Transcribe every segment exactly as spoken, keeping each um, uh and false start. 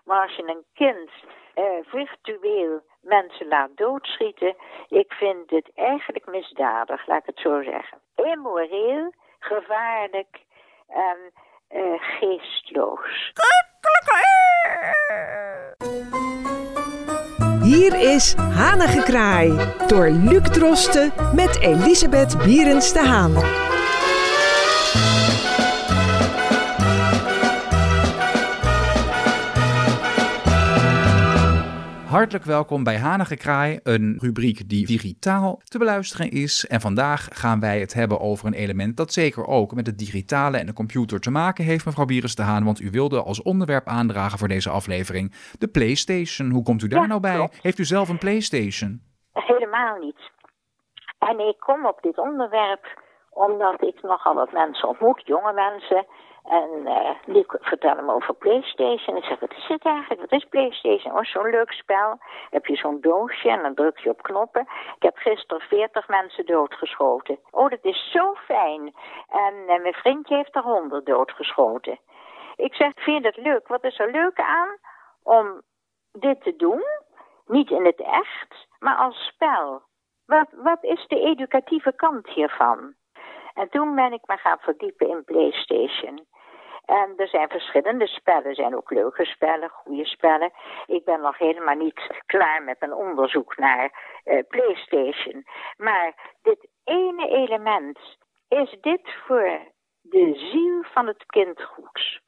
Maar als je een kind uh, virtueel mensen laat doodschieten, ik vind dit eigenlijk misdadig, laat ik het zo zeggen. Immoreel, gevaarlijk en uh, geestloos. Hier is Hanengekraai door Luc Drosten met Elisabeth Bierens de Haan. Hartelijk welkom bij Hanengekraai, een rubriek die digitaal te beluisteren is. En vandaag gaan wij het hebben over een element dat zeker ook met het digitale en de computer te maken heeft, mevrouw Bierens de Haan. Want u wilde als onderwerp aandragen voor deze aflevering de PlayStation. Hoe komt u daar ja, nou bij? Klopt. Heeft u zelf een PlayStation? Helemaal niet. En ik kom op dit onderwerp omdat ik nogal wat mensen ontmoet, jonge mensen. En uh, die vertellen me over PlayStation. Ik zeg, wat is het eigenlijk? Wat is PlayStation? Oh, zo'n leuk spel. Heb je zo'n doosje en dan druk je op knoppen. Ik heb gisteren veertig mensen doodgeschoten. Oh, dat is zo fijn. En uh, mijn vriendje heeft er honderd doodgeschoten. Ik zeg, vind je dat leuk? Wat is er leuk aan om dit te doen? Niet in het echt, maar als spel. Wat, wat is de educatieve kant hiervan? En toen ben ik me gaan verdiepen in PlayStation. En er zijn verschillende spellen. Er zijn ook leuke spellen, goede spellen. Ik ben nog helemaal niet klaar met mijn onderzoek naar uh, PlayStation. Maar dit ene element, is dit voor de ziel van het kind goed?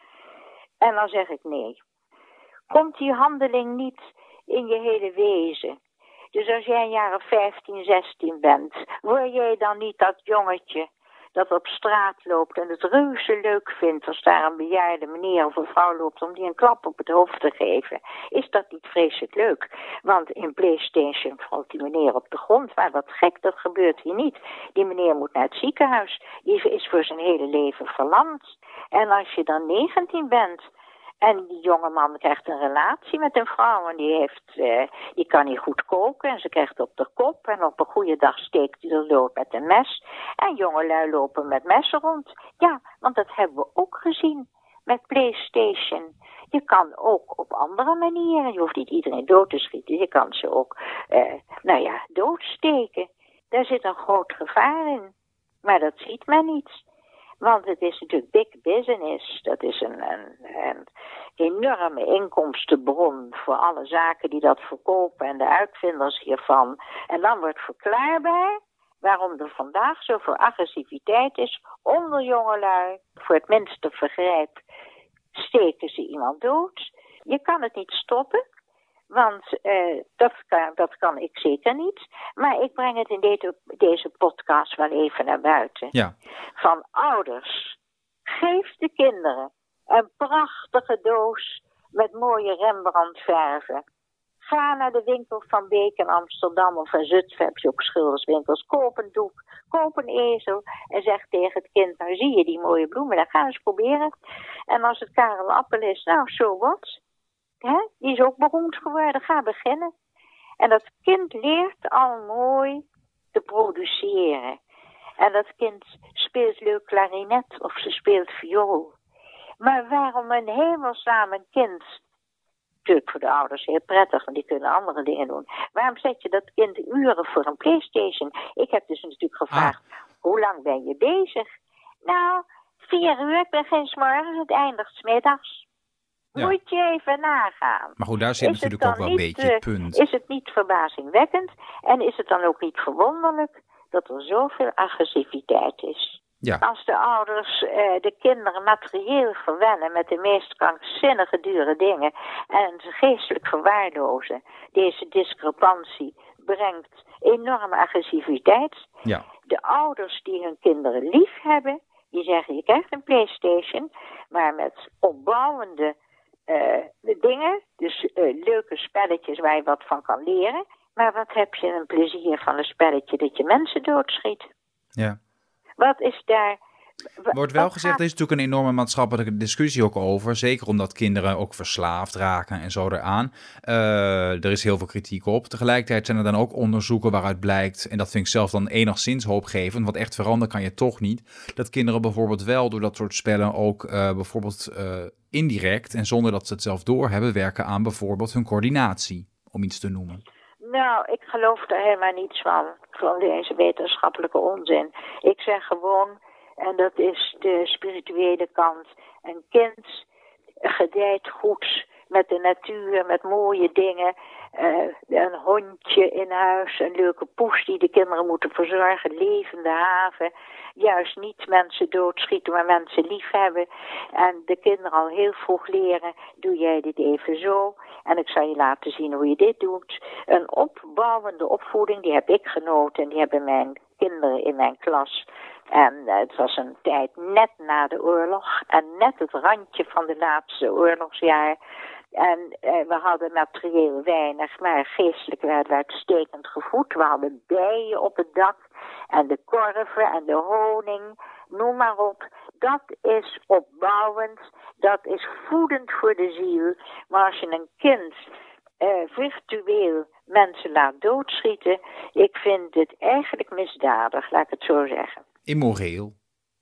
En dan zeg ik nee. Komt die handeling niet in je hele wezen? Dus als jij een jaar of vijftien, zestien bent, word jij dan niet dat jongetje dat op straat loopt en het reuze leuk vindt als daar een bejaarde meneer of een vrouw loopt om die een klap op het hoofd te geven? Is dat niet vreselijk leuk? Want in PlayStation valt die meneer op de grond. Maar wat gek, dat gebeurt hier niet. Die meneer moet naar het ziekenhuis. Die is voor zijn hele leven verlamd. En als je dan negentien bent en die jonge man krijgt een relatie met een vrouw en die, heeft, uh, die kan niet goed koken en ze krijgt op de kop en op een goede dag steekt hij er dood met een mes. En jongelui lopen met messen rond. Ja, want dat hebben we ook gezien met PlayStation. Je kan ook op andere manieren, je hoeft niet iedereen dood te schieten, je kan ze ook, uh, nou ja, doodsteken. Daar zit een groot gevaar in, maar dat ziet men niet. Want het is natuurlijk big business. Dat is een, een, een enorme inkomstenbron voor alle zaken die dat verkopen en de uitvinders hiervan. En dan wordt verklaarbaar waarom er vandaag zoveel agressiviteit is onder jongelui. Voor het minste vergrijp steken ze iemand dood. Je kan het niet stoppen. Want uh, dat, kan, dat kan ik zeker niet. Maar ik breng het in deze, deze podcast wel even naar buiten. Ja. Van ouders, geef de kinderen een prachtige doos met mooie Rembrandtverven. Ga naar de winkel van Beek in Amsterdam of in Zutphen, heb je ook schilderswinkels. Koop een doek, koop een ezel en zeg tegen het kind, nou zie je die mooie bloemen, dan ga eens proberen. En als het Karel Appel is, nou zo wat. He, die is ook beroemd geworden. Ga beginnen. En dat kind leert al mooi te produceren. En dat kind speelt leuk klarinet of ze speelt viool. Maar waarom een hemelsnaam een kind, natuurlijk voor de ouders heel prettig, want die kunnen andere dingen doen. Waarom zet je dat kind uren voor een PlayStation? Ik heb dus natuurlijk gevraagd, ah. hoe lang ben je bezig? Nou, vier uur. Ik begin 's morgens, het eindigt 's middags. Ja. Moet je even nagaan. Maar goed, daar zit is natuurlijk ook wel een beetje het punt. Is het niet verbazingwekkend en is het dan ook niet verwonderlijk dat er zoveel agressiviteit is? Ja. Als de ouders uh, de kinderen materieel verwennen met de meest krankzinnige dure dingen en ze geestelijk verwaarlozen, deze discrepantie brengt enorme agressiviteit. Ja. De ouders die hun kinderen lief hebben, die zeggen je krijgt een PlayStation, maar met opbouwende uh, dingen, dus uh, leuke spelletjes waar je wat van kan leren. Maar wat heb je een plezier van een spelletje dat je mensen doodschiet? Ja. Wat is daar Er wordt wel gezegd, er is natuurlijk een enorme maatschappelijke discussie ook over. Zeker omdat kinderen ook verslaafd raken en zo eraan. Uh, er is heel veel kritiek op. Tegelijkertijd zijn er dan ook onderzoeken waaruit blijkt, en dat vind ik zelf dan enigszins hoopgevend, want echt veranderen kan je toch niet, dat kinderen bijvoorbeeld wel door dat soort spellen ook uh, bijvoorbeeld uh, indirect en zonder dat ze het zelf doorhebben, werken aan bijvoorbeeld hun coördinatie, om iets te noemen. Nou, ik geloof daar helemaal niets van, van deze wetenschappelijke onzin. Ik zeg gewoon, en dat is de spirituele kant, een kind gedijt goed met de natuur, met mooie dingen. Uh, een hondje in huis, een leuke poes die de kinderen moeten verzorgen, levende haven. Juist niet mensen doodschieten, maar mensen liefhebben. En de kinderen al heel vroeg leren, doe jij dit even zo. En ik zal je laten zien hoe je dit doet. Een opbouwende opvoeding, die heb ik genoten en die hebben mijn kinderen in mijn klas. En uh, het was een tijd net na de oorlog en net het randje van de laatste oorlogsjaar. En uh, we hadden materieel weinig, maar geestelijk werden we uitstekend gevoed. We hadden bijen op het dak en de korven en de honing, noem maar op. Dat is opbouwend, dat is voedend voor de ziel. Maar als je een kind uh, virtueel mensen laat doodschieten, ik vind het eigenlijk misdadig, laat ik het zo zeggen. Immoreel.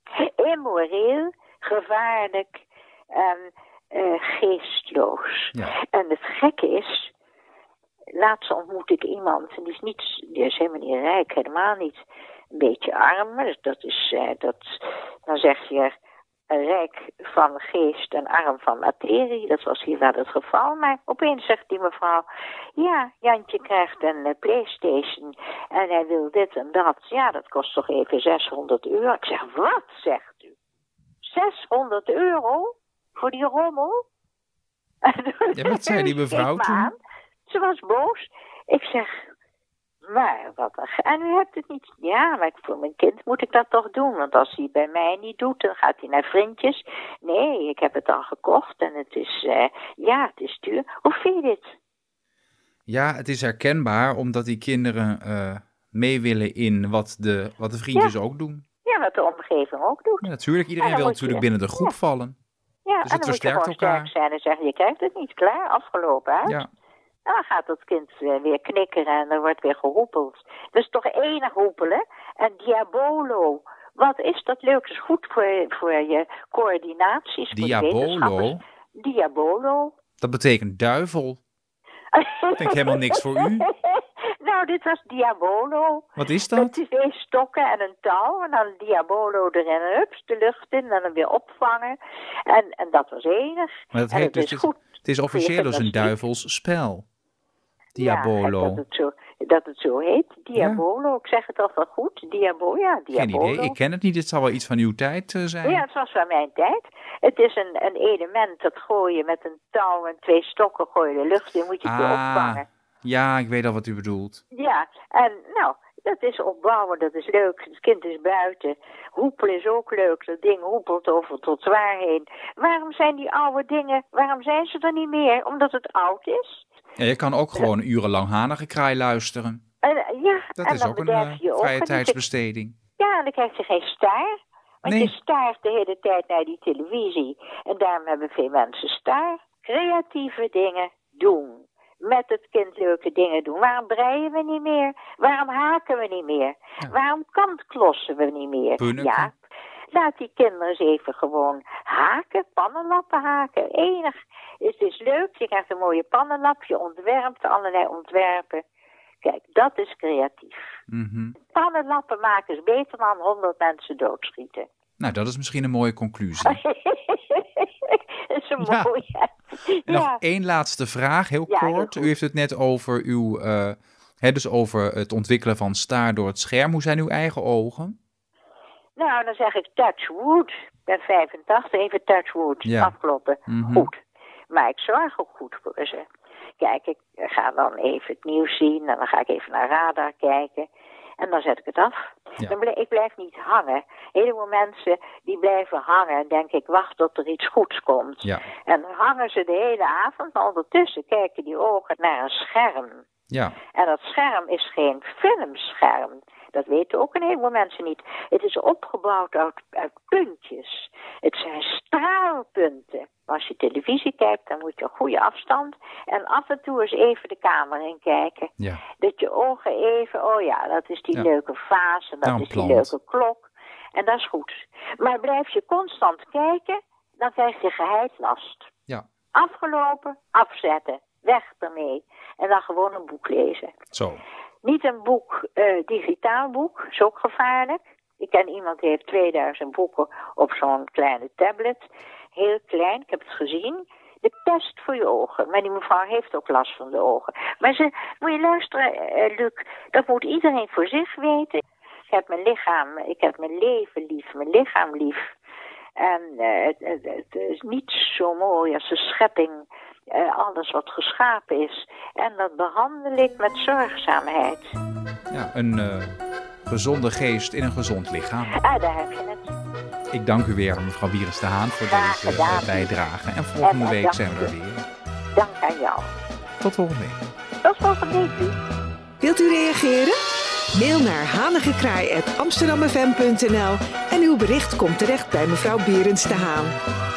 Immoreel, gevaarlijk en uh, geestloos. Ja. En het gekke is, laatst ontmoet ik iemand, en die is, niet, die is helemaal niet rijk, helemaal niet. Een beetje arm, dus dat is, uh, dat, dan zeg je rijk van geest en arm van materie. Dat was hier wel het geval. Maar opeens zegt die mevrouw, ja, Jantje krijgt een uh, PlayStation en hij wil dit en dat. Ja, dat kost toch even zeshonderd euro. Ik zeg, wat zegt u? zeshonderd euro voor die rommel? Ja, wat zei die mevrouw toen? Aan. Ze was boos. Ik zeg, maar wat een... En u hebt het niet... Ja, maar voor mijn kind moet ik dat toch doen. Want als hij bij mij niet doet, dan gaat hij naar vriendjes. Nee, ik heb het al gekocht en het is... Uh, ja, het is duur. Hoe vind je dit? Ja, het is herkenbaar omdat die kinderen uh, mee willen in wat de, wat de vriendjes ja. ook doen. Ja, wat de omgeving ook doet. Ja, natuurlijk. Iedereen wil natuurlijk je... binnen de groep ja. vallen. Ja, dus en het dan versterkt moet je elkaar. Sterk zijn en zeggen, je krijgt het niet klaar, afgelopen uit. Ja. Dan gaat dat kind weer knikkeren en er wordt weer geroepeld. Dat is toch enig roepelen. En diabolo, wat is dat leuk? Dat is goed voor, voor je coördinaties. Diabolo? Diabolo. Dat betekent duivel. Dat vind ik helemaal niks voor u. Nou, dit was diabolo. Wat is dat? Met twee stokken en een touw. En dan diabolo erin en hups, de lucht in. En dan weer opvangen. En, en dat was enig. Maar dat en heet, het dus is het, goed. Het is officieel dus een duivels spel. Diabolo. Ja, dat het zo, dat het zo heet. Diabolo. Ja. Ik zeg het al wel goed. Diabo, ja, diabolo. Geen idee. Ik ken het niet. Het zal wel iets van uw tijd uh, zijn. Ja, het was van mijn tijd. Het is een, een element dat gooi je met een touw en twee stokken gooi je de lucht in. Moet je het ah, weer opvangen. Ja, ik weet al wat u bedoelt. Ja, en nou, dat is opbouwen, dat is leuk. Het kind is buiten. Hoepelen is ook leuk. Dat ding hoepelt over tot waar heen. Waarom zijn die oude dingen, waarom zijn ze er niet meer? Omdat het oud is. Ja, je kan ook gewoon urenlang Hanegekraai luisteren. En, ja, dat en is dan ook een uh, je vrije ook, tijdsbesteding. Ja, en dan krijg je geen staar. Want nee. je staart de hele tijd naar die televisie. En daarom hebben veel mensen staar. Creatieve dingen doen. Met het kind leuke dingen doen. Waarom breien we niet meer? Waarom haken we niet meer? Ja. Waarom kantklossen we niet meer? Punniken. Ja, laat die kinderen eens even gewoon haken, pannenlappen haken. Enig. Het is leuk, je krijgt een mooie pannenlap, je ontwerpt allerlei ontwerpen. Kijk, dat is creatief. Mm-hmm. Pannenlappen maken is beter dan honderd mensen doodschieten. Nou, dat is misschien een mooie conclusie. Dat is een ja. mooie... En nog ja. één laatste vraag, heel ja, kort. Heel U heeft het net over uw, uh, hè, dus over het ontwikkelen van staar door het scherm. Hoe zijn uw eigen ogen? Nou, dan zeg ik touch wood. Ik ben vijfentachtig, even touch wood. Ja. Afkloppen. Mm-hmm. Goed. Maar ik zorg ook goed voor ze. Kijk, ik ga dan even het nieuws zien en dan ga ik even naar radar kijken. En dan zet ik het af. Ja. Dan blijf, ik blijf niet hangen. Een heleboel mensen die blijven hangen en denken ik wacht tot er iets goeds komt. Ja. En dan hangen ze de hele avond, maar ondertussen kijken die ogen naar een scherm. Ja. En dat scherm is geen filmscherm. Dat weten ook een heleboel mensen niet. Het is opgebouwd uit, uit puntjes. Het zijn straalpunten. Als je televisie kijkt, dan moet je een goede afstand. En af en toe eens even de kamer in kijken. Ja. Dat je ogen even, oh ja, dat is die Ja. leuke fase, dat Nou, is die plant. leuke klok. En dat is goed. Maar blijf je constant kijken, dan krijg je geheidlast. Ja. Afgelopen, afzetten, weg ermee. En dan gewoon een boek lezen. Zo. Niet een boek, uh, digitaal boek, is ook gevaarlijk. Ik ken iemand die heeft tweeduizend boeken op zo'n kleine tablet. Heel klein, ik heb het gezien. De pest voor je ogen. Maar die mevrouw heeft ook last van de ogen. Maar ze, moet je luisteren, uh, Luc, dat moet iedereen voor zich weten. Ik heb mijn lichaam, ik heb mijn leven lief, mijn lichaam lief. En uh, het, het, het is niet zo mooi als de schepping, uh, alles wat geschapen is. En dat behandel ik met zorgzaamheid. Ja, een uh, gezonde geest in een gezond lichaam. Ah, daar heb je het. Ik dank u weer, mevrouw Bierens de Haan, voor Graag deze gedaan. uh, bijdrage. En volgende En, uh, week dank zijn we er u. weer. Dank aan jou. Tot volgende week. Tot volgende week, Luc. Wilt u reageren? Mail naar hanigekraai apenstaartje amsterdam f m punt n l en uw bericht komt terecht bij mevrouw Bierens de Haan.